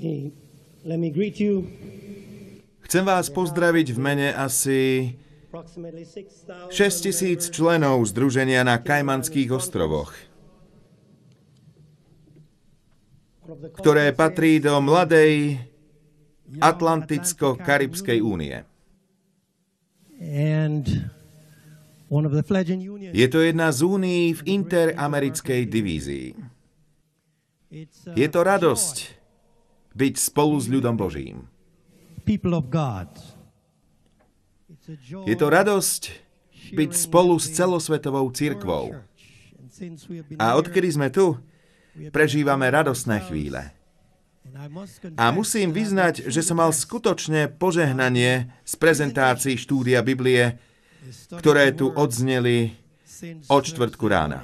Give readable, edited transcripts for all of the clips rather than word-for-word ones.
Chcem vás pozdraviť v mene asi 6,000 členov Združenia na Kajmanských ostrovoch, ktoré patrí do mladej Atlanticko-Karibskej únie. Je to jedna z únií v interamerickej divízii. Je to radosť byť spolu s ľudom Božím. Je to radosť byť spolu s celosvetovou cirkvou. A odkedy sme tu, prežívame radostné chvíle. A musím vyznať, že som mal skutočne požehnanie z prezentácií štúdia Biblie, ktoré tu odzneli od štvrtku rána.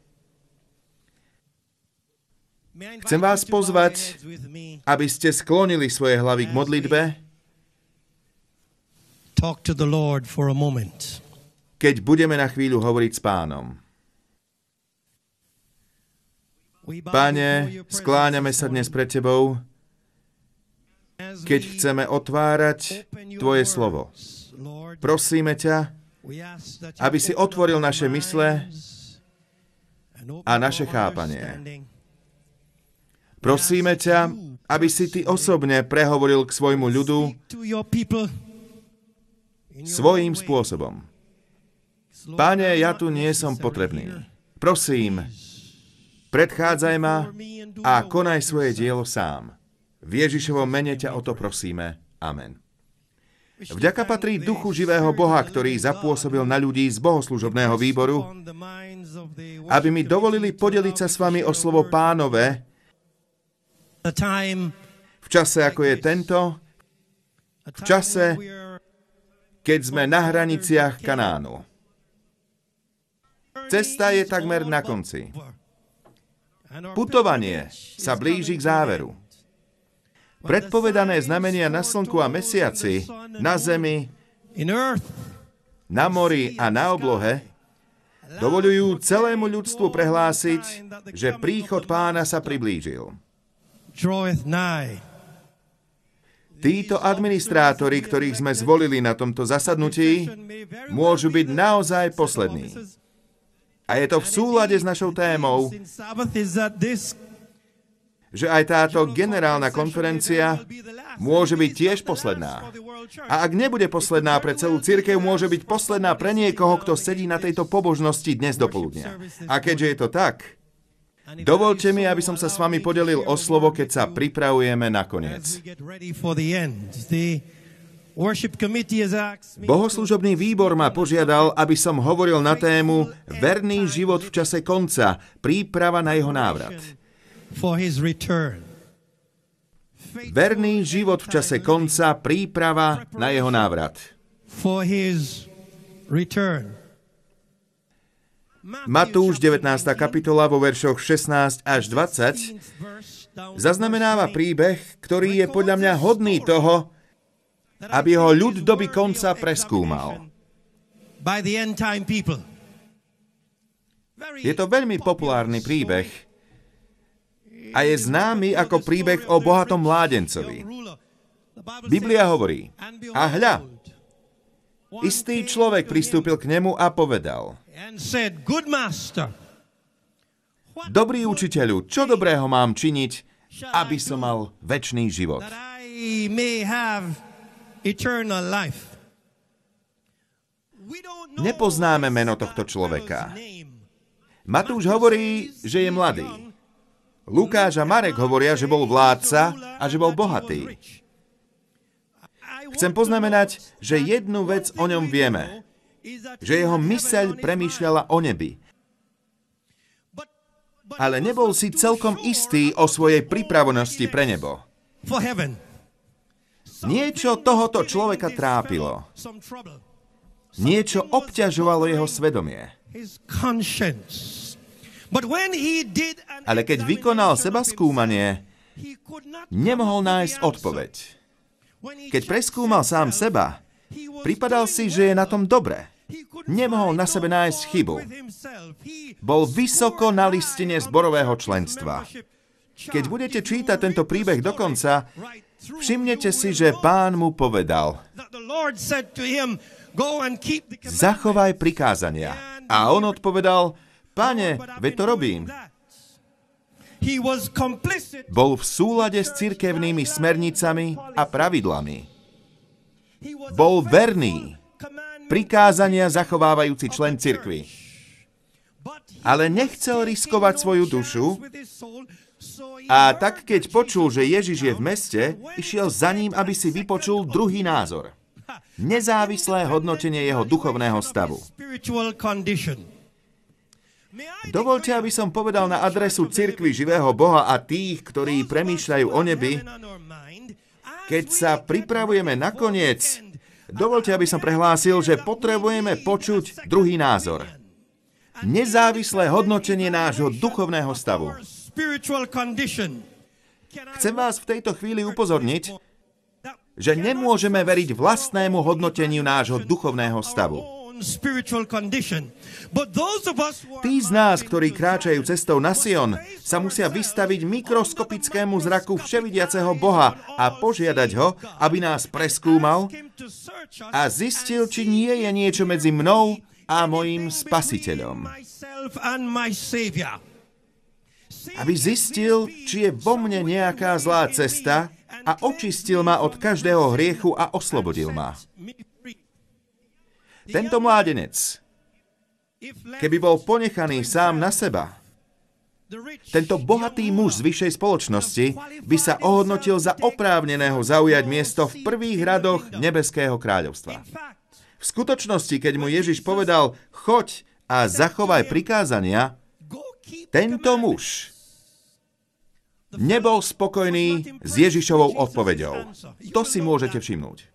Chcem vás pozvať, aby ste sklonili svoje hlavy k modlitbe, keď budeme na chvíľu hovoriť s Pánom. Páne, skláňame sa dnes pred Tebou, keď chceme otvárať Tvoje slovo. Prosíme ťa, aby si otvoril naše mysle a naše chápanie. Prosíme ťa, aby si Ty osobne prehovoril k svojmu ľudu svojím spôsobom. Páne, ja tu nie som potrebný. Prosím, predchádzaj ma a konaj svoje dielo sám. V Ježišovom mene ťa o to prosíme. Amen. Vďaka patrí duchu živého Boha, ktorý zapôsobil na ľudí z bohoslužobného výboru, aby mi dovolili podeliť sa s vami o slovo Pánove v čase, ako je tento, v čase, keď sme na hraniciach Kanánu. Cesta je takmer na konci. Putovanie sa blíži k záveru. Predpovedané znamenia na slnku a mesiaci, na zemi, na mori a na oblohe dovoľujú celému ľudstvu prehlásiť, že príchod Pána sa priblížil. Títo administrátori, ktorých sme zvolili na tomto zasadnutí, môžu byť naozaj poslední. A je to v súlade s našou témou, že aj táto generálna konferencia môže byť tiež posledná. A ak nebude posledná pre celú cirkev, môže byť posledná pre niekoho, kto sedí na tejto pobožnosti dnes dopoludnia. A keďže je to tak, dovoľte mi, aby som sa s vami podelil o slovo, keď sa pripravujeme na koniec. Bohoslužobný výbor ma požiadal, aby som hovoril na tému Verný život v čase konca, príprava na jeho návrat. Verný život v čase konca, príprava na jeho návrat. Matúš 19. kapitola vo veršoch 16 až 20 zaznamenáva príbeh, ktorý je podľa mňa hodný toho, aby ho ľud doby konca preskúmal. Je to veľmi populárny príbeh a je známy ako príbeh o bohatom mládencovi. Biblia hovorí, a hľa, istý človek pristúpil k nemu a povedal, Dobrý učiteľu, čo dobrého mám činiť, aby som mal večný život? Nepoznáme meno tohto človeka. Matúš hovorí, že je mladý. Lukáš a Marek hovoria, že bol vládca a že bol bohatý. Chcem poznamenať, že jednu vec o ňom vieme. Že jeho myseľ premýšľala o nebi. Ale nebol si celkom istý o svojej pripravonosti pre nebo. Niečo tohoto človeka trápilo. Niečo obťažovalo jeho svedomie. Ale keď vykonal sebaskúmanie, nemohol nájsť odpoveď. Keď preskúmal sám seba, pripadal si, že je na tom dobre. Nemohol na sebe nájsť chybu. Bol vysoko na listine zborového členstva. Keď budete čítať tento príbeh do konca, všimnete si, že Pán mu povedal: zachovaj prikázania. A on odpovedal: Pane, veď to robím. Bol v súlade s cirkevnými smernicami a pravidlami. Bol verný, prikázania zachovávajúci člen cirkvi. Ale nechcel riskovať svoju dušu a tak, keď počul, že Ježiš je v meste, išiel za ním, aby si vypočul druhý názor. Nezávislé hodnotenie jeho duchovného stavu. Dovoľte, aby som povedal na adresu cirkvi živého Boha a tých, ktorí premýšľajú o nebi, keď sa pripravujeme na koniec, dovoľte, aby som prehlásil, že potrebujeme počuť druhý názor. Nezávislé hodnotenie nášho duchovného stavu. Chcem vás v tejto chvíli upozorniť, že nemôžeme veriť vlastnému hodnoteniu nášho duchovného stavu. Tí z nás, ktorí kráčajú cestou na Sion, sa musia vystaviť mikroskopickému zraku vševidiaceho Boha a požiadať ho, aby nás preskúmal a zistil, či nie je niečo medzi mnou a mojím Spasiteľom. Aby zistil, či je vo mne nejaká zlá cesta a očistil ma od každého hriechu a oslobodil ma. Tento mládenec, keby bol ponechaný sám na seba, tento bohatý muž z vyššej spoločnosti by sa ohodnotil za oprávneného zaujať miesto v prvých radoch nebeského kráľovstva. V skutočnosti, keď mu Ježiš povedal: choď a zachovaj prikázania, tento muž nebol spokojný s Ježišovou odpoveďou. To si môžete všimnúť.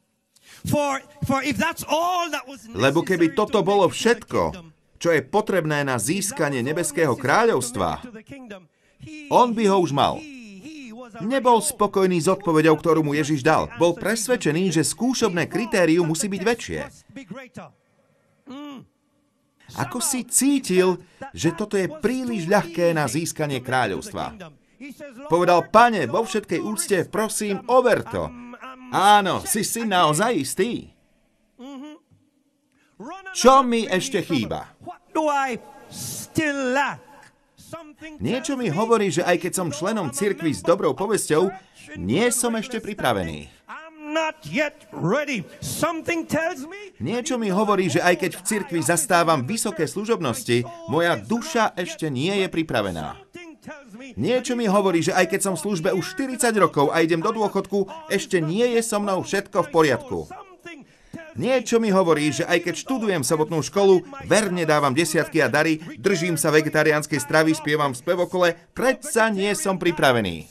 Lebo keby toto bolo všetko, čo je potrebné na získanie nebeského kráľovstva, on by ho už mal. Nebol spokojný s odpoveďou, ktorú mu Ježiš dal. Bol presvedčený, že skúšobné kritérium musí byť väčšie. Ako si cítil, že toto je príliš ľahké na získanie kráľovstva. Povedal: Pane, vo všetkej úcte, prosím, over to. Áno, si naozaj istý? Čo mi ešte chýba? Niečo mi hovorí, že aj keď som členom cirkvi s dobrou povesťou, nie som ešte pripravený. Niečo mi hovorí, že aj keď v cirkvi zastávam vysoké služobnosti, moja duša ešte nie je pripravená. Niečo mi hovorí, že aj keď som v službe už 40 rokov a idem do dôchodku, ešte nie je so mnou všetko v poriadku. Niečo mi hovorí, že aj keď študujem sobotnú školu, verne dávam desiatky a dary, držím sa vegetariánskej stravy, spievam v spevokole, predsa nie som pripravený.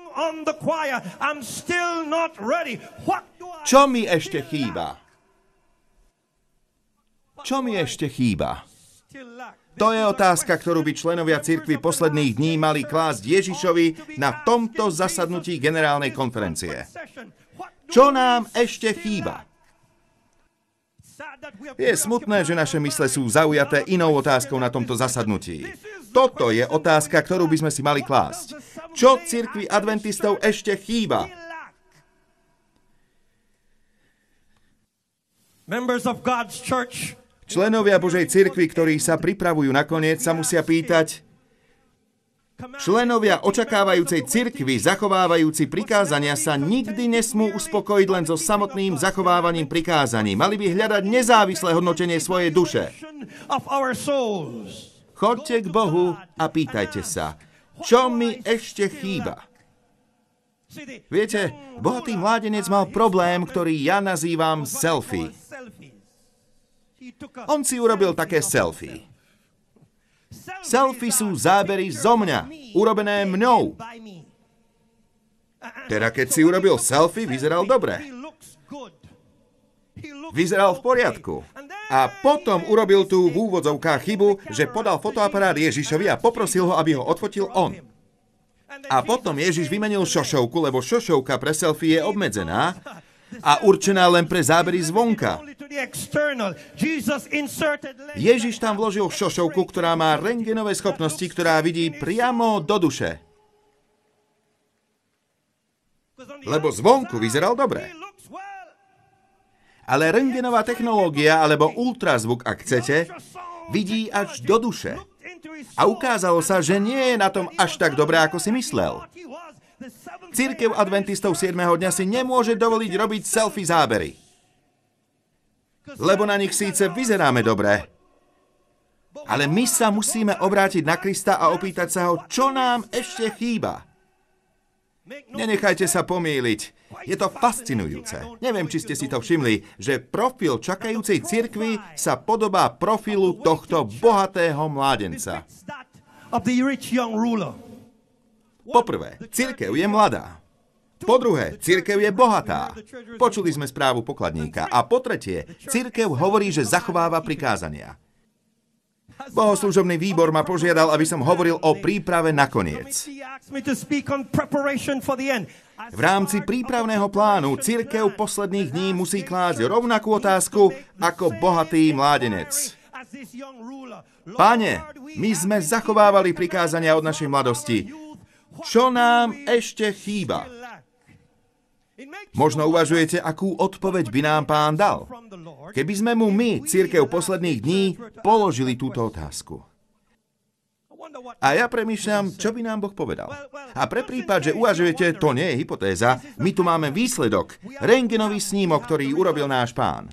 Čo mi ešte chýba? Čo mi ešte chýba? To je otázka, ktorú by členovia cirkvi posledných dní mali klásť Ježišovi na tomto zasadnutí generálnej konferencie. Čo nám ešte chýba? Je smutné, že naše mysle sú zaujaté inou otázkou na tomto zasadnutí. Toto je otázka, ktorú by sme si mali klásť. Čo cirkvi adventistov ešte chýba? Členovia Božej cirkvi, ktorí sa pripravujú na koniec, sa musia pýtať: členovia očakávajúcej cirkvi, zachovávajúci prikázania, sa nikdy nesmú uspokojiť len so samotným zachovávaním prikázaní. Mali by hľadať nezávislé hodnotenie svojej duše. Choďte k Bohu a pýtajte sa: čo mi ešte chýba? Viete, bohatý mládenec mal problém, ktorý ja nazývam selfie. On si urobil také selfie. Selfie sú zábery zo mňa, urobené mňou. Teda keď si urobil selfie, vyzeral dobre. Vyzeral v poriadku. A potom urobil tú v úvodzovkách chybu, že podal fotoaparát Ježišovi a poprosil ho, aby ho odfotil on. A potom Ježiš vymenil šošovku, lebo šošovka pre selfie je obmedzená a určená len pre zábery zvonka. Ježiš tam vložil šošovku, ktorá má rentgenové schopnosti, ktorá vidí priamo do duše. lebo zvonku vyzeral dobre. Ale rentgenová technológia, alebo ultrazvuk, ak chcete, vidí až do duše. A ukázalo sa, že nie je na tom až tak dobré, ako si myslel. Cirkev adventistov 7. dňa si nemôže dovoliť robiť selfie zábery. Lebo na nich síce vyzeráme dobre, ale my sa musíme obrátiť na Krista a opýtať sa ho, čo nám ešte chýba. Nenechajte sa pomýliť. Je to fascinujúce. Neviem, či ste si to všimli, že profil čakajúcej cirkvi sa podobá profilu tohto bohatého mládenca. Poprvé, cirkev je mladá. Po druhé, cirkev je bohatá. Počuli sme správu pokladníka. A po tretie, cirkev hovorí, že zachováva prikázania. Bohoslužobný výbor ma požiadal, aby som hovoril o príprave na koniec. V rámci prípravného plánu cirkev posledných dní musí klásť rovnakú otázku ako bohatý mládenec. Pane, my sme zachovávali prikázania od našej mladosti. Čo nám ešte chýba? Možno uvažujete, akú odpoveď by nám Pán dal, keby sme mu my, cirkev posledných dní, položili túto otázku. A ja premýšľam, čo by nám Boh povedal. A pre prípad, že uvažujete, to nie je hypotéza, my tu máme výsledok, rentgenový snímok, ktorý urobil náš Pán.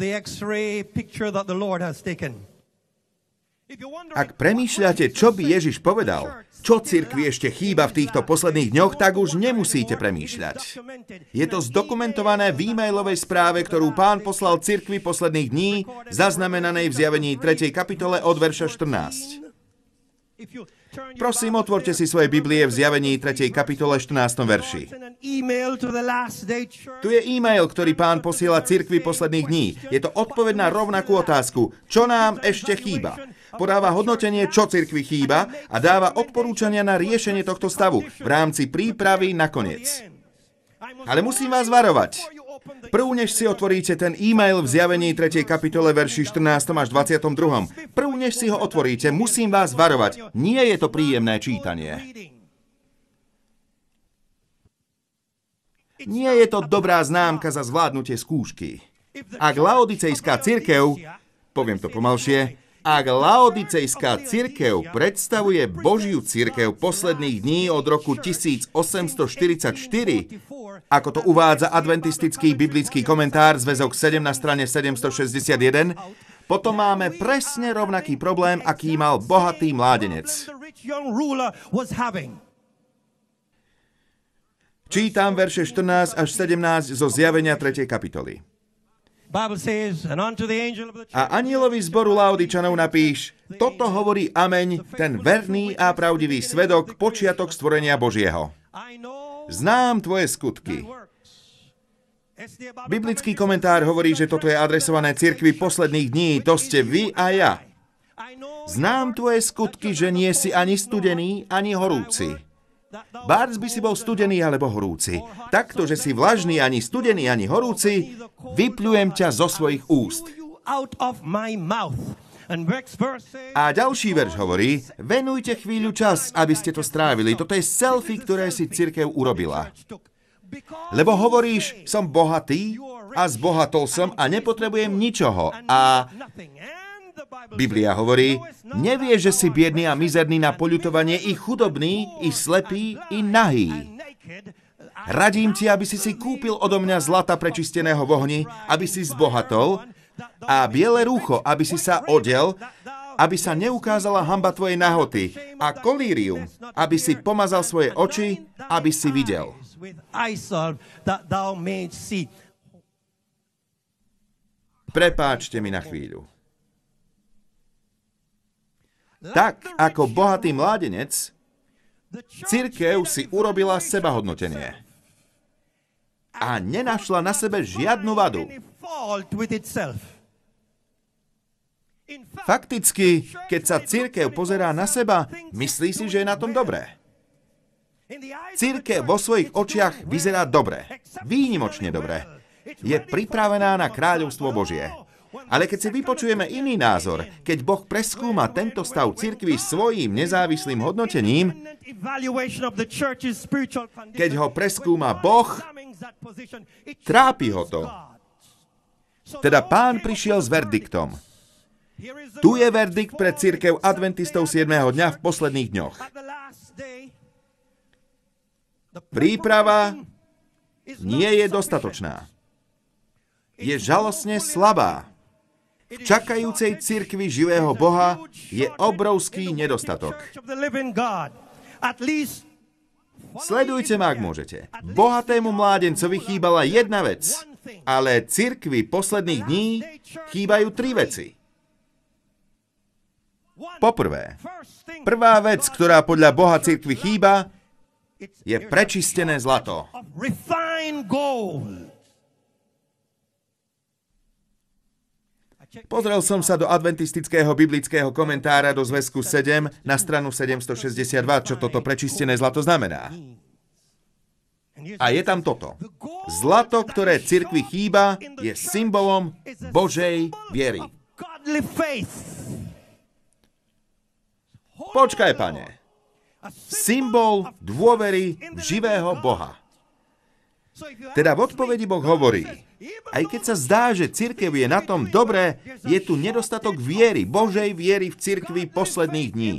Ak premýšľate, čo by Ježiš povedal, čo cirkvi ešte chýba v týchto posledných dňoch, tak už nemusíte premýšľať. Je to zdokumentované v e-mailovej správe, ktorú Pán poslal cirkvi posledných dní, zaznamenanej v Zjavení 3. kapitole od verša 14. Prosím, otvorte si svoje Biblie v Zjavení 3. kapitole 14. verši. Tu je e-mail, ktorý Pán posiela cirkvi posledných dní. Je to odpoveď na rovnakú otázku. Čo nám ešte chýba? Podáva hodnotenie, čo cirkvi chýba a dáva odporúčania na riešenie tohto stavu v rámci prípravy na koniec. Ale musím vás varovať. Prv, než si otvoríte ten e-mail v Zjavení 3. kapitole verši 14. až 22. Prv, než si ho otvoríte, musím vás varovať. Nie je to príjemné čítanie. Nie je to dobrá známka za zvládnutie skúšky. Ak laodicejská cirkev, poviem to pomalšie, ak laodicejská cirkev predstavuje Božiu cirkev posledných dní od roku 1844, ako to uvádza adventistický biblický komentár zväzok 7 na strane 761, potom máme presne rovnaký problém, aký mal bohatý mládenec. Čítam verše 14 až 17 zo Zjavenia 3. kapitoly. A anjelovi zboru Laodičanov napíš, toto hovorí Ameň, ten verný a pravdivý svedok, počiatok stvorenia Božieho. Znám tvoje skutky. Biblický komentár hovorí, že toto je adresované cirkvi posledných dní, to ste vy a ja. Znám tvoje skutky, že nie si ani studený, ani horúci. Bárs by si bol studený alebo horúci. Takto, že si vlažný, ani studený, ani horúci, vypľujem ťa zo svojich úst. A ďalší verš hovorí, venujte chvíľu čas, aby ste to strávili. Toto je selfie, ktoré si cirkev urobila. Lebo hovoríš, som bohatý a zbohatol som a nepotrebujem ničoho. A Biblia hovorí, nevieš, že si biedný a mizerný na poľutovanie, i chudobný, i slepý, i nahý. Radím ti, aby si kúpil odo mňa zlata prečisteného v ohni, aby si zbohatol, a biele rúcho, aby si sa odel, aby sa neukázala hanba tvojej nahoty, a kolírium, aby si pomazal svoje oči, aby si videl. Prepáčte mi na chvíľu. Tak, ako bohatý mládenec, cirkev si urobila sebahodnotenie a nenašla na sebe žiadnu vadu. Fakticky, keď sa cirkev pozerá na seba, myslí si, že je na tom dobré. Cirkev vo svojich očiach vyzerá dobre, výnimočne dobre. Je pripravená na kráľovstvo Božie. Ale keď si vypočujeme iný názor, keď Boh preskúma tento stav cirkvi svojím nezávislým hodnotením, keď ho preskúma Boh, trápi ho to. Teda Pán prišiel s verdiktom. Tu je verdikt pre cirkev adventistov 7. dňa v posledných dňoch. Príprava nie je dostatočná. Je žalostne slabá. V čakajúcej cirkvi živého Boha je obrovský nedostatok. Sledujte ma, ak môžete. Bohatému mládencovi chýbala jedna vec, ale cirkvi posledných dní chýbajú 3 veci. Poprvé, prvá vec, ktorá podľa Boha cirkvi chýba, je prečistené zlato. Pozrel som sa do adventistického biblického komentára do zväzku 7 na stranu 762, čo toto prečistené zlato znamená. A je tam toto. Zlato, ktoré cirkvi chýba, je symbolom Božej viery. Počkaj, pane. Symbol dôvery v živého Boha. Teda v odpovedi Boh hovorí, aj keď sa zdá, že cirkev je na tom dobré, je tu nedostatok viery, Božej viery v cirkvi posledných dní.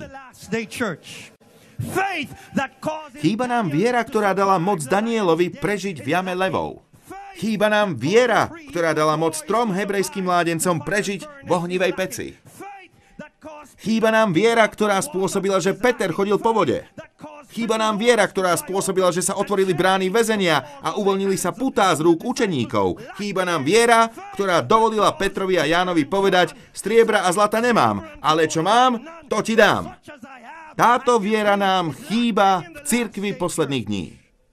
Chýba nám viera, ktorá dala moc Danielovi prežiť v jame levov. Chýba nám viera, ktorá dala moc 3 hebrejským mládencom prežiť v ohnivej peci. Chýba nám viera, ktorá spôsobila, že Peter chodil po vode. Chýba nám viera, ktorá spôsobila, že sa otvorili brány väzenia a uvoľnili sa putá z rúk učeníkov. Chýba nám viera, ktorá dovolila Petrovi a Jánovi povedať, striebra a zlata nemám, ale čo mám, to ti dám. Táto viera nám chýba v cirkvi posledných dní.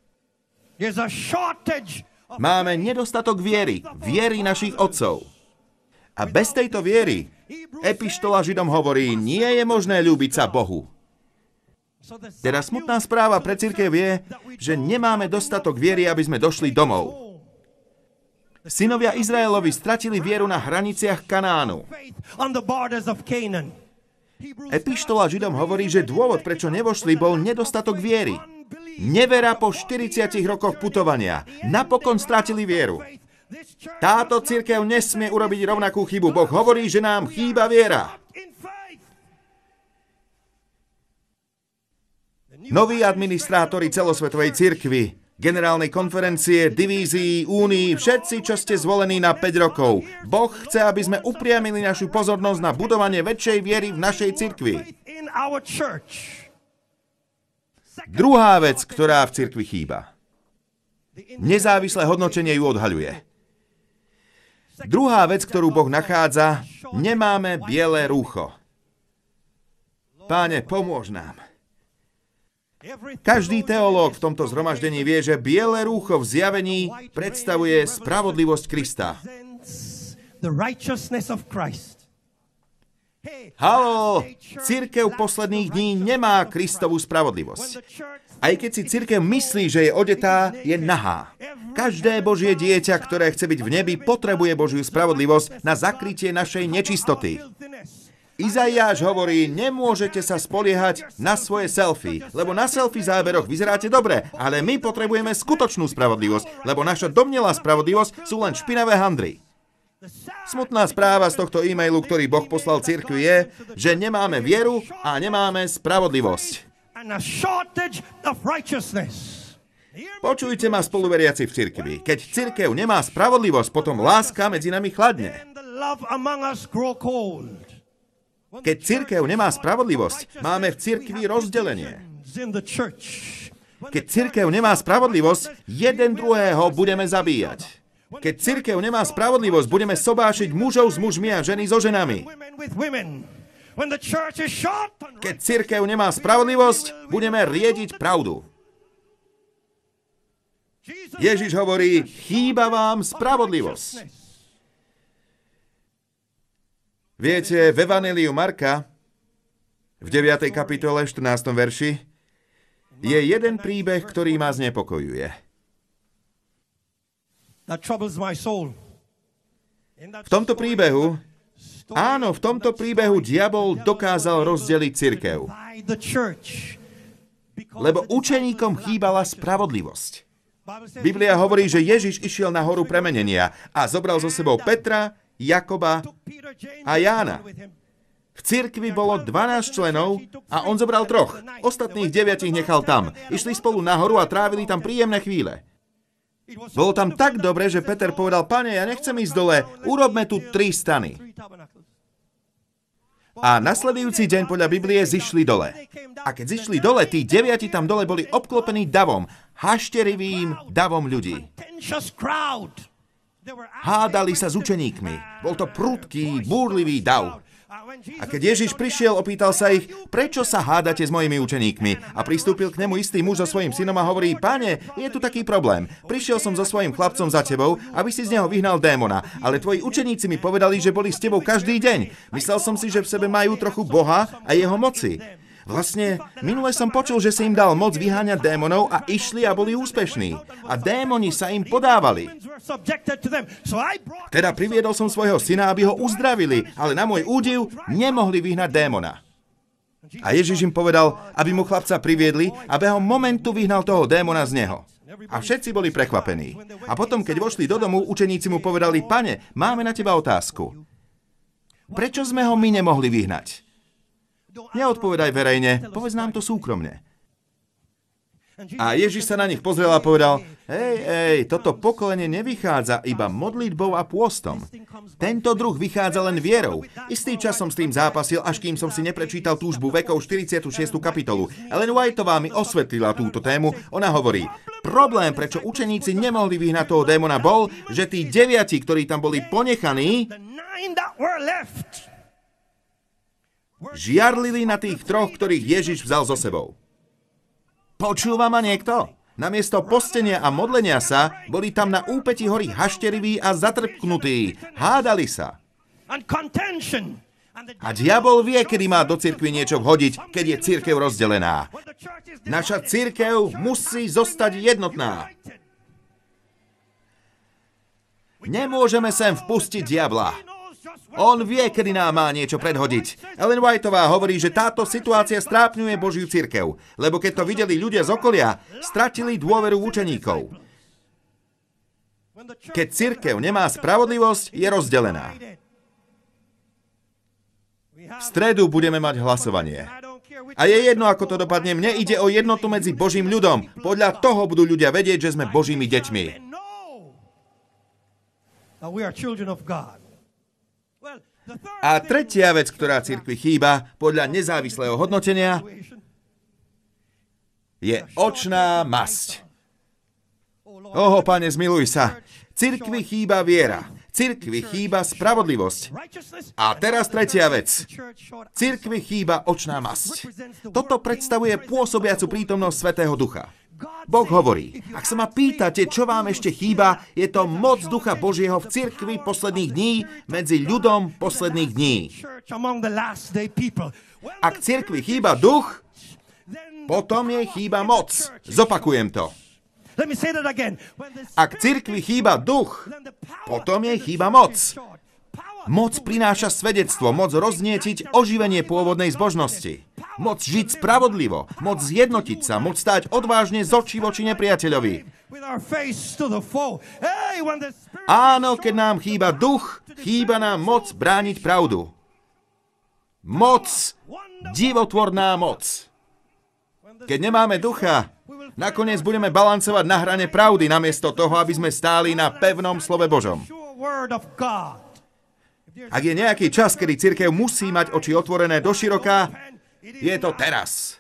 Máme nedostatok viery, viery našich otcov. A bez tejto viery, epištola Židom hovorí, nie je možné ľúbiť sa Bohu. Teda smutná správa pre cirkev je, že nemáme dostatok viery, aby sme došli domov. Synovia Izraelovi stratili vieru na hraniciach Kanánu. Epištola Židom hovorí, že dôvod, prečo nevošli, bol nedostatok viery. Nevera po 40 rokoch putovania. Napokon stratili vieru. Táto cirkev nesmie urobiť rovnakú chybu. Boh hovorí, že nám chýba viera. Noví administrátori celosvetovej cirkvi, generálnej konferencie, divízií, únií, všetci, čo ste zvolení na 5 rokov. Boh chce, aby sme upriamili našu pozornosť na budovanie väčšej viery v našej cirkvi. Druhá vec, ktorá v cirkvi chýba. Nezávislé hodnotenie ju odhaľuje. Druhá vec, ktorú Boh nachádza, nemáme biele rúcho. Páne, pomôž nám. Každý teológ v tomto zhromaždení vie, že biele rúcho v zjavení predstavuje spravodlivosť Krista. Haló, cirkev posledných dní nemá Kristovú spravodlivosť. Aj keď si cirkev myslí, že je odetá, je nahá. Každé Božie dieťa, ktoré chce byť v nebi, potrebuje Božiu spravodlivosť na zakrytie našej nečistoty. Izaiáš hovorí, nemôžete sa spoliehať na svoje selfie, lebo na selfie záberoch vyzeráte dobre, ale my potrebujeme skutočnú spravodlivosť, lebo naša domnelá spravodlivosť sú len špinavé handry. Smutná správa z tohto e-mailu, ktorý Boh poslal cirkvi, je, že nemáme vieru a nemáme spravodlivosť. Počujte ma, spoluveriaci v cirkvi. Keď cirkev nemá spravodlivosť, potom láska medzi nami chladne. Keď cirkev nemá spravodlivosť, máme v cirkvi rozdelenie. Keď cirkev nemá spravodlivosť, jeden druhého budeme zabíjať. Keď cirkev nemá spravodlivosť, budeme sobášiť mužov s mužmi a ženy so ženami. Keď cirkev nemá spravodlivosť, budeme riediť pravdu. Ježiš hovorí, chýba vám spravodlivosť. Viete, v Evanjeliu Marka, v 9. kapitole, 14. verši, je jeden príbeh, ktorý ma znepokojuje. V tomto príbehu, áno, v tomto príbehu diabol dokázal rozdeliť cirkev. Lebo učeníkom chýbala spravodlivosť. Biblia hovorí, že Ježiš išiel na horu premenenia a zobral so sebou Petra, Jakoba a Jána. V cirkvi bolo 12 členov a on zobral 3. Ostatných 9 nechal tam. Išli spolu nahoru a trávili tam príjemné chvíle. Bolo tam tak dobre, že Peter povedal: Pane, ja nechcem ísť dole, urobme tu 3 stany. A nasledujúci deň podľa Biblie zišli dole. A keď zišli dole, tí 9 tam dole boli obklopení davom, hašterivým davom ľudí. Hádali sa s učeníkmi. Bol to prudký, búrlivý dav. A keď Ježiš prišiel, opýtal sa ich: prečo sa hádate s mojimi učeníkmi? A pristúpil k nemu istý muž so svojím synom a hovorí: Pane, je tu taký problém. Prišiel som so svojím chlapcom za tebou, aby si z neho vyhnal démona, ale tvoji učeníci mi povedali, že boli s tebou každý deň. Myslel som si, že v sebe majú trochu Boha a jeho moci. Vlastne, minule som počul, že si im dal moc vyháňať démonov a išli a boli úspešní. A démoni sa im podávali. Teda priviedol som svojho syna, aby ho uzdravili, ale na môj údiv nemohli vyhnať démona. A Ježiš im povedal, aby mu chlapca priviedli a behom momentu vyhnal toho démona z neho. A všetci boli prekvapení. A potom, keď vošli do domu, učeníci mu povedali: Pane, máme na teba otázku. Prečo sme ho my nemohli vyhnať? Neodpovedaj verejne, povedz nám to súkromne. A Ježiš sa na nich pozrel a povedal: Hej, toto pokolenie nevychádza iba modlitbou a pôstom. Tento druh vychádza len vierou. Istý čas som s tým zápasil, až kým som si neprečítal Túžbu vekov 46. kapitolu. Ellen Whiteová mi osvetlila túto tému. Ona hovorí: problém, prečo učeníci nemohli vyhnať toho démona, bol, že tí 9, ktorí tam boli ponechaní, žiarlili na tých 3, ktorých Ježiš vzal so sebou. Počúva ma niekto? Namiesto postenia a modlenia sa, boli tam na úpeti hory hašteriví a zatrpknutí. Hádali sa. A diabol vie, kedy má do cirkvi niečo vhodiť, keď je cirkev rozdelená. Naša cirkev musí zostať jednotná. Nemôžeme sem vpustiť diabla. On vie, kedy nám má niečo predhodiť. Ellen Whiteová hovorí, že táto situácia strápňuje Božiu cirkev, lebo keď to videli ľudia z okolia, stratili dôveru v učeníkov. Keď cirkev nemá spravodlivosť, je rozdelená. V stredu budeme mať hlasovanie. A je jedno, ako to dopadne, mne ide o jednotu medzi Božím ľudom. Podľa toho budú ľudia vedieť, že sme Božími deťmi. A tretia vec, ktorá cirkvi chýba, podľa nezávislého hodnotenia, je očná masť. Oho, Pane, zmiluj sa. Cirkvi chýba viera. Cirkvi chýba spravodlivosť. A teraz tretia vec. Cirkvi chýba očná masť. Toto predstavuje pôsobiacu prítomnosť Svätého Ducha. Boh hovorí: ak sa ma pýtate, čo vám ešte chýba, je to moc Ducha Božieho v cirkvi posledných dní, medzi ľudom posledných dní. Ak cirkvi chýba duch, potom jej chýba moc. Zopakujem to. Ak cirkvi chýba duch, potom jej chýba moc. Moc prináša svedectvo, moc roznietiť oživenie pôvodnej zbožnosti. Moc žiť spravodlivo, moc zjednotiť sa, moc stáť odvážne z očí voči nepriateľovi. Áno, keď nám chýba duch, chýba nám moc brániť pravdu. Moc, divotvorná moc. Keď nemáme ducha, nakoniec budeme balancovať na hrane pravdy, namiesto toho, aby sme stáli na pevnom slove Božom. Ak je nejaký čas, kedy cirkev musí mať oči otvorené doširoka, je to teraz.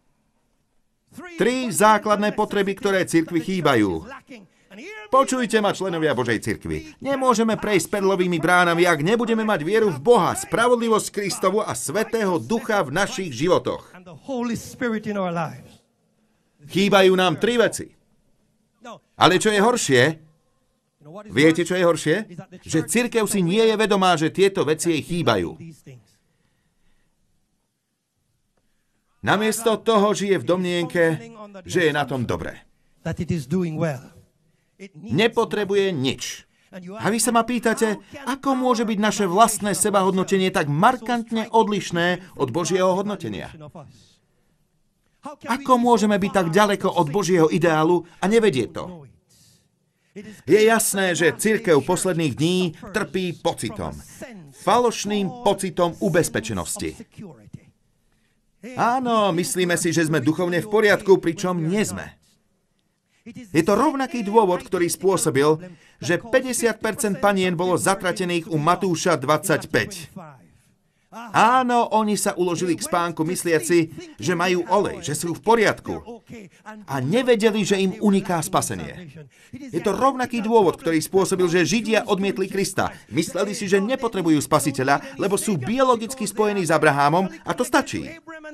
3 základné potreby, ktoré cirkvi chýbajú. Počujte ma, členovia Božej cirkvi. Nemôžeme prejsť perlovými bránami, ak nebudeme mať vieru v Boha, spravodlivosť Kristovu a Svätého Ducha v našich životoch. Chýbajú nám 3 veci. Ale čo je horšie, viete, čo je horšie? Že cirkev si nie je vedomá, že tieto veci jej chýbajú. Namiesto toho žije v domnienke, že je na tom dobre. Nepotrebuje nič. A vy sa ma pýtate, ako môže byť naše vlastné sebahodnotenie tak markantne odlišné od Božieho hodnotenia? Ako môžeme byť tak ďaleko od Božieho ideálu a nevedieť to? Je jasné, že cirkev posledných dní trpí pocitom. Falošným pocitom ubezpečenosti. Áno, myslíme si, že sme duchovne v poriadku, pričom nie sme. Je to rovnaký dôvod, ktorý spôsobil, že 50% panien bolo zatratených u Matúša 25. Áno, oni sa uložili k spánku mysliaci, že majú olej, že sú v poriadku a nevedeli, že im uniká spasenie. Je to rovnaký dôvod, ktorý spôsobil, že Židia odmietli Krista. Mysleli si, že nepotrebujú spasiteľa, lebo sú biologicky spojení s Abrahámom a to stačí.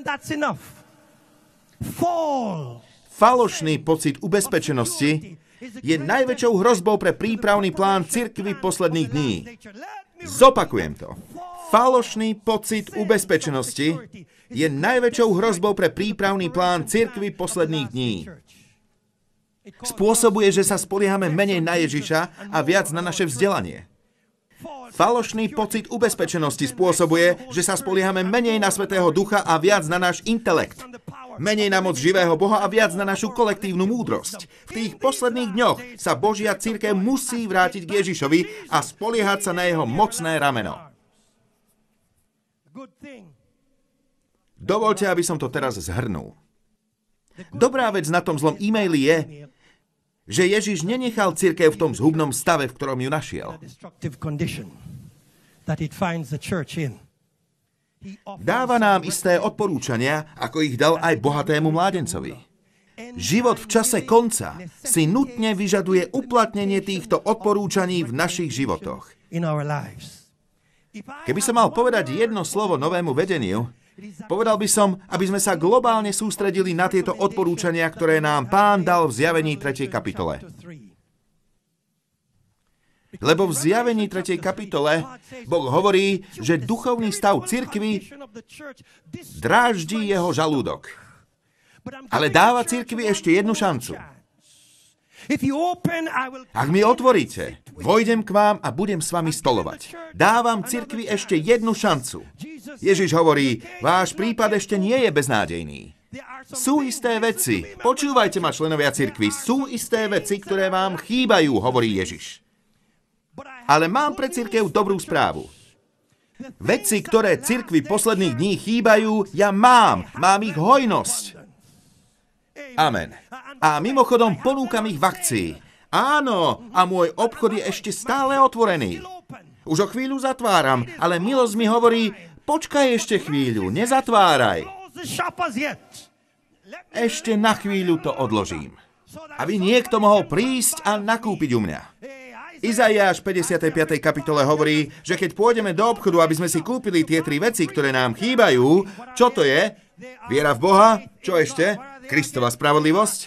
Falošný pocit ubezpečenosti je najväčšou hrozbou pre prípravný plán cirkvi posledných dní. Zopakujem to. Falošný pocit ubezpečenosti je najväčšou hrozbou pre prípravný plán cirkvi posledných dní. Spôsobuje, že sa spoliehame menej na Ježiša a viac na naše vzdelanie. Falošný pocit ubezpečenosti spôsobuje, že sa spoliehame menej na Svätého Ducha a viac na náš intelekt. Menej na moc živého Boha a viac na našu kolektívnu múdrosť. V tých posledných dňoch sa Božia cirkev musí vrátiť k Ježišovi a spoliehať sa na jeho mocné rameno. Dovoľte, aby som to teraz zhrnul. Dobrá vec na tom zlom e-maili je, že Ježiš nenechal cirkev v tom zhubnom stave, v ktorom ju našiel. Dáva nám isté odporúčania, ako ich dal aj bohatému mládencovi. Život v čase konca si nutne vyžaduje uplatnenie týchto odporúčaní v našich životoch. Keby som mal povedať jedno slovo novému vedeniu, povedal by som, aby sme sa globálne sústredili na tieto odporúčania, ktoré nám Pán dal v Zjavení 3. kapitole. Lebo v Zjavení 3. kapitole Boh hovorí, že duchovný stav cirkvi dráždi jeho žalúdok. Ale dáva cirkvi ešte jednu šancu. Ak mi otvoríte, vojdem k vám a budem s vami stolovať. Dávam cirkvi ešte jednu šancu. Ježiš hovorí, váš prípad ešte nie je beznádejný. Sú isté veci, počúvajte ma, členovia cirkvi, sú isté veci, ktoré vám chýbajú, hovorí Ježiš. Ale mám pre cirkev dobrú správu. Veci, ktoré cirkvi posledných dní chýbajú, ja mám ich hojnosť. Amen. A mimochodom ponúkam ich v akcii. Áno, a môj obchod je ešte stále otvorený. Už o chvíľu zatváram, ale milosť mi hovorí, počkaj ešte chvíľu, nezatváraj. Ešte na chvíľu to odložím. Aby niekto mohol prísť a nakúpiť u mňa. Izaiáš v 55. kapitole hovorí, že keď pôjdeme do obchodu, aby sme si kúpili tie 3 veci, ktoré nám chýbajú, čo to je? Viera v Boha? Čo ešte? Kristova spravodlivosť?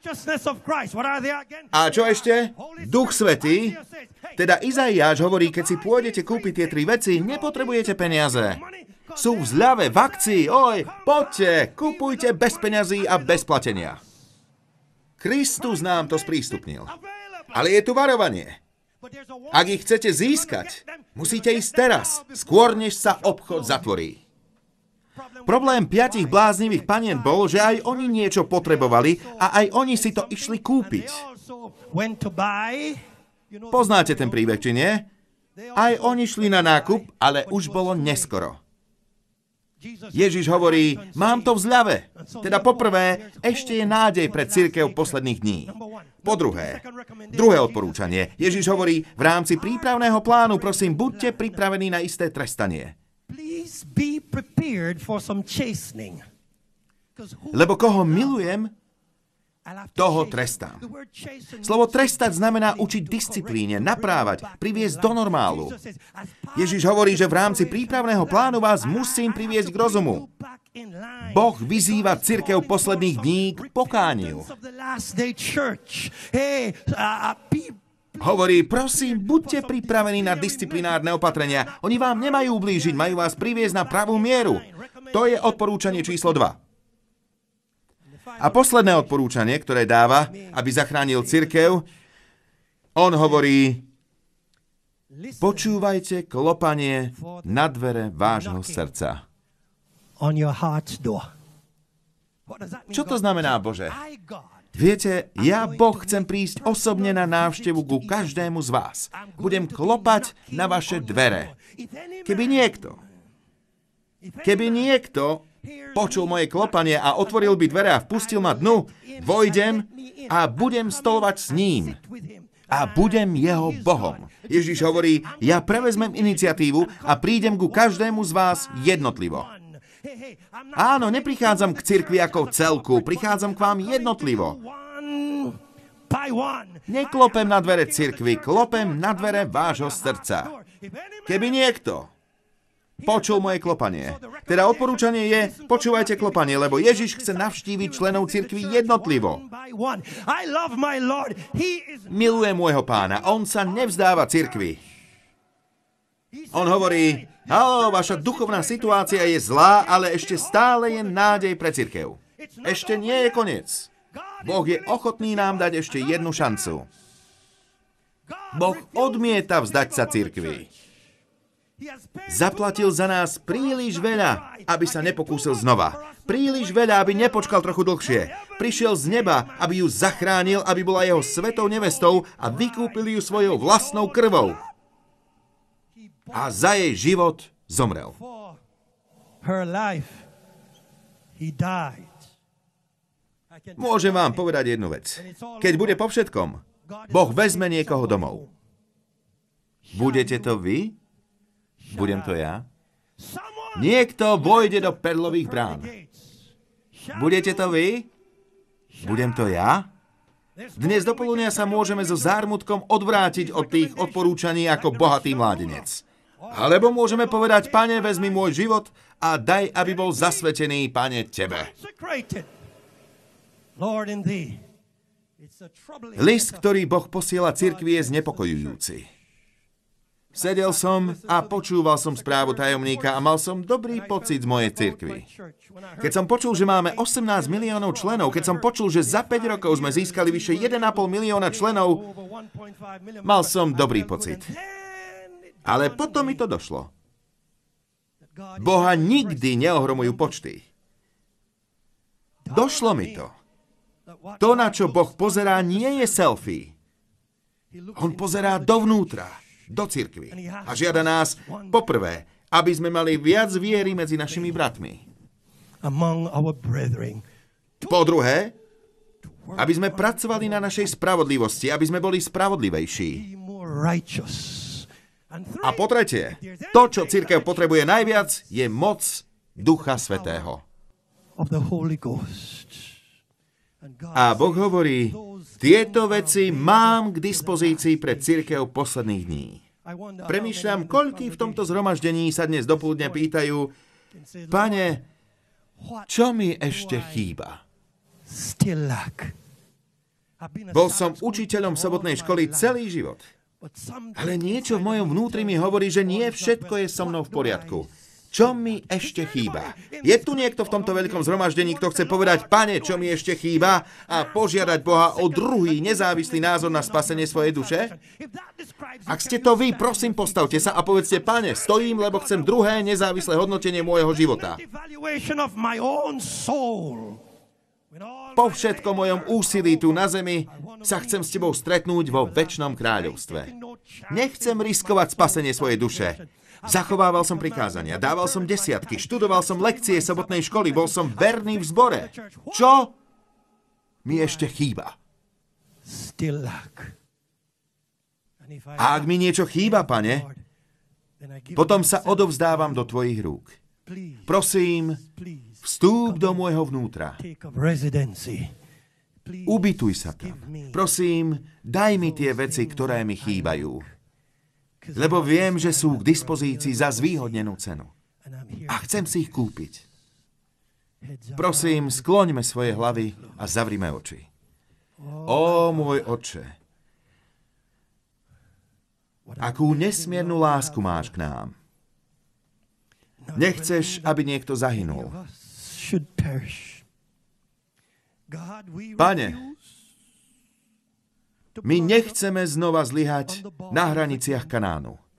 A čo ešte? Duch Svätý? Teda Izaiáš hovorí, keď si pôjdete kúpiť tie 3 veci, nepotrebujete peniaze. Sú v zľave, v akcii, poďte, kupujte bez peňazí a bez platenia. Kristus nám to sprístupnil. Ale je tu varovanie. Ak ich chcete získať, musíte ísť teraz, skôr než sa obchod zatvorí. Problém 5 bláznivých panien bol, že aj oni niečo potrebovali a aj oni si to išli kúpiť. Poznáte ten príbeh, či nie? Aj oni šli na nákup, ale už bolo neskoro. Ježiš hovorí, mám to v zľave. Teda poprvé, ešte je nádej pre cirkev posledných dní. Po druhé odporúčanie. Ježiš hovorí, v rámci prípravného plánu, prosím, buďte pripravení na isté trestanie. Lebo koho milujem, toho trestám. Slovo trestať znamená učiť disciplíne, naprávať, priviesť do normálu. Ježiš hovorí, že v rámci prípravného plánu vás musím priviesť k rozumu. Boh vyzýva cirkev posledných dní k pokániu. Hovorí, prosím, buďte pripravení na disciplinárne opatrenia. Oni vám nemajú ublížiť, majú vás priviesť na pravú mieru. To je odporúčanie číslo 2. A posledné odporúčanie, ktoré dáva, aby zachránil cirkev, on hovorí, Počúvajte klopanie na dvere vášho srdca. Čo to znamená, Bože? Viete, ja, Boh, chcem prísť osobne na návštevu ku každému z vás. Budem klopať na vaše dvere. Keby niekto počul moje klopanie a otvoril by dvere a vpustil ma dnu, vojdem a budem stolovať s ním. A budem jeho Bohom. Ježiš hovorí, ja prevezmem iniciatívu a prídem ku každému z vás jednotlivo. Áno, neprichádzam k cirkvi ako celku, prichádzam k vám jednotlivo. Neklopem na dvere cirkvi, klopem na dvere vášho srdca. Keby niekto počul moje klopanie. Teda odporúčanie je, počúvajte klopanie, lebo Ježiš chce navštíviť členov cirkvi jednotlivo. Milujem môjho Pána, on sa nevzdáva cirkvi. On hovorí, haló, vaša duchovná situácia je zlá, ale ešte stále je nádej pre cirkev. Ešte nie je koniec. Boh je ochotný nám dať ešte jednu šancu. Boh odmieta vzdať sa cirkvi. Zaplatil za nás príliš veľa, aby sa nepokúsil znova. Príliš veľa, aby nepočkal trochu dlhšie. Prišiel z neba, aby ju zachránil, aby bola jeho svetou nevestou a vykúpil ju svojou vlastnou krvou. A za jej život zomrel. Môžem vám povedať jednu vec. Keď bude po všetkom, Boh vezme niekoho domov. Budete to vy? Budem to ja? Niekto vojde do perlových brán. Budete to vy? Budem to ja? Dnes dopoludnia sa môžeme so zármutkom odvrátiť od tých odporúčaní ako bohatý mládenec. Alebo môžeme povedať, Pane, vezmi môj život a daj, aby bol zasvetený, Pane, Tebe. List, ktorý Boh posiela cirkvi, je znepokojujúci. Sedel som a počúval som správu tajomníka a mal som dobrý pocit z mojej cirkvi. Keď som počul, že máme 18 miliónov členov, keď som počul, že za 5 rokov sme získali vyše 1,5 milióna členov, mal som dobrý pocit. Ale potom mi to došlo. Boha nikdy neohromujú počty. Došlo mi to. To, na čo Boh pozerá, nie je selfie. On pozerá dovnútra, do cirkvi. A žiada nás, poprvé, aby sme mali viac viery medzi našimi bratmi. Po druhé, aby sme pracovali na našej spravodlivosti, aby sme boli spravodlivejší. A po tretie, to, čo cirkev potrebuje najviac, je moc Ducha Svätého. A Boh hovorí, tieto veci mám k dispozícii pre cirkev posledných dní. Premýšľam, koľkí v tomto zhromaždení sa dnes dopoludne pýtajú, Pane, čo mi ešte chýba? Bol som učiteľom sobotnej školy celý život. Ale niečo v mojom vnútri mi hovorí, že nie všetko je so mnou v poriadku. Čo mi ešte chýba? Je tu niekto v tomto veľkom zhromaždení, kto chce povedať, Pane, čo mi ešte chýba a požiadať Boha o druhý nezávislý názor na spasenie svojej duše? Ak ste to vy, prosím, postavte sa a povedzte, Pane, stojím, lebo chcem druhé nezávislé hodnotenie môjho života. Po všetkom mojom úsilí tu na zemi sa chcem s tebou stretnúť vo večnom kráľovstve. Nechcem riskovať spasenie svojej duše. Zachovával som prikázania, dával som desiatky, študoval som lekcie sobotnej školy, bol som verný v zbore. Čo mi ešte chýba? A ak mi niečo chýba, Pane, potom sa odovzdávam do tvojich rúk. Prosím, vstúp do môjho vnútra. Ubytuj sa tam. Prosím, daj mi tie veci, ktoré mi chýbajú. Lebo viem, že sú k dispozícii za zvýhodnenú cenu. A chcem si ich kúpiť. Prosím, skloňme svoje hlavy a zavrime oči. Ó, môj Otče, akú nesmiernu lásku máš k nám. Nechceš, aby niekto zahynul. Pane, my nechceme znova zlyhať na hraniciach Kanánu.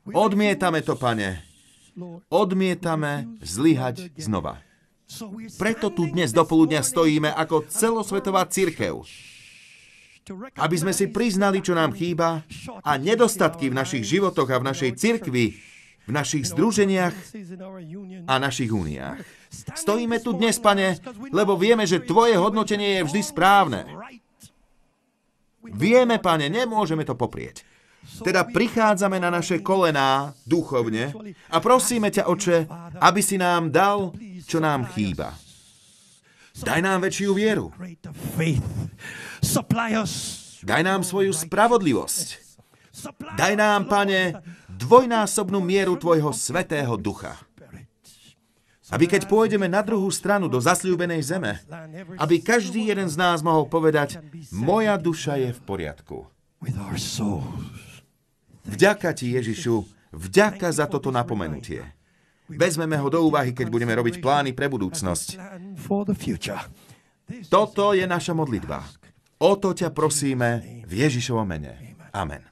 Odmietame to, Pane. Odmietame zlyhať znova. Preto tu dnes dopoludnia stojíme ako celosvetová cirkev, aby sme si priznali, čo nám chýba a nedostatky v našich životoch a v našej cirkvi, v našich združeniach a našich úniách. Stojíme tu dnes, Pane, lebo vieme, že Tvoje hodnotenie je vždy správne. Vieme, Pane, nemôžeme to poprieť. Teda prichádzame na naše kolená duchovne a prosíme ťa, Oče, aby si nám dal, čo nám chýba. Daj nám väčšiu vieru. Daj nám svoju spravodlivosť. Daj nám, Pane, dvojnásobnú mieru Tvojho svätého ducha. Aby keď pôjdeme na druhú stranu do zasľúbenej zeme, aby každý jeden z nás mohol povedať, moja duša je v poriadku. Vďaka Ti, Ježišu, vďaka za toto napomenutie. Vezmeme ho do úvahy, keď budeme robiť plány pre budúcnosť. Toto je naša modlitba. O to ťa prosíme v Ježišovom mene. Amen.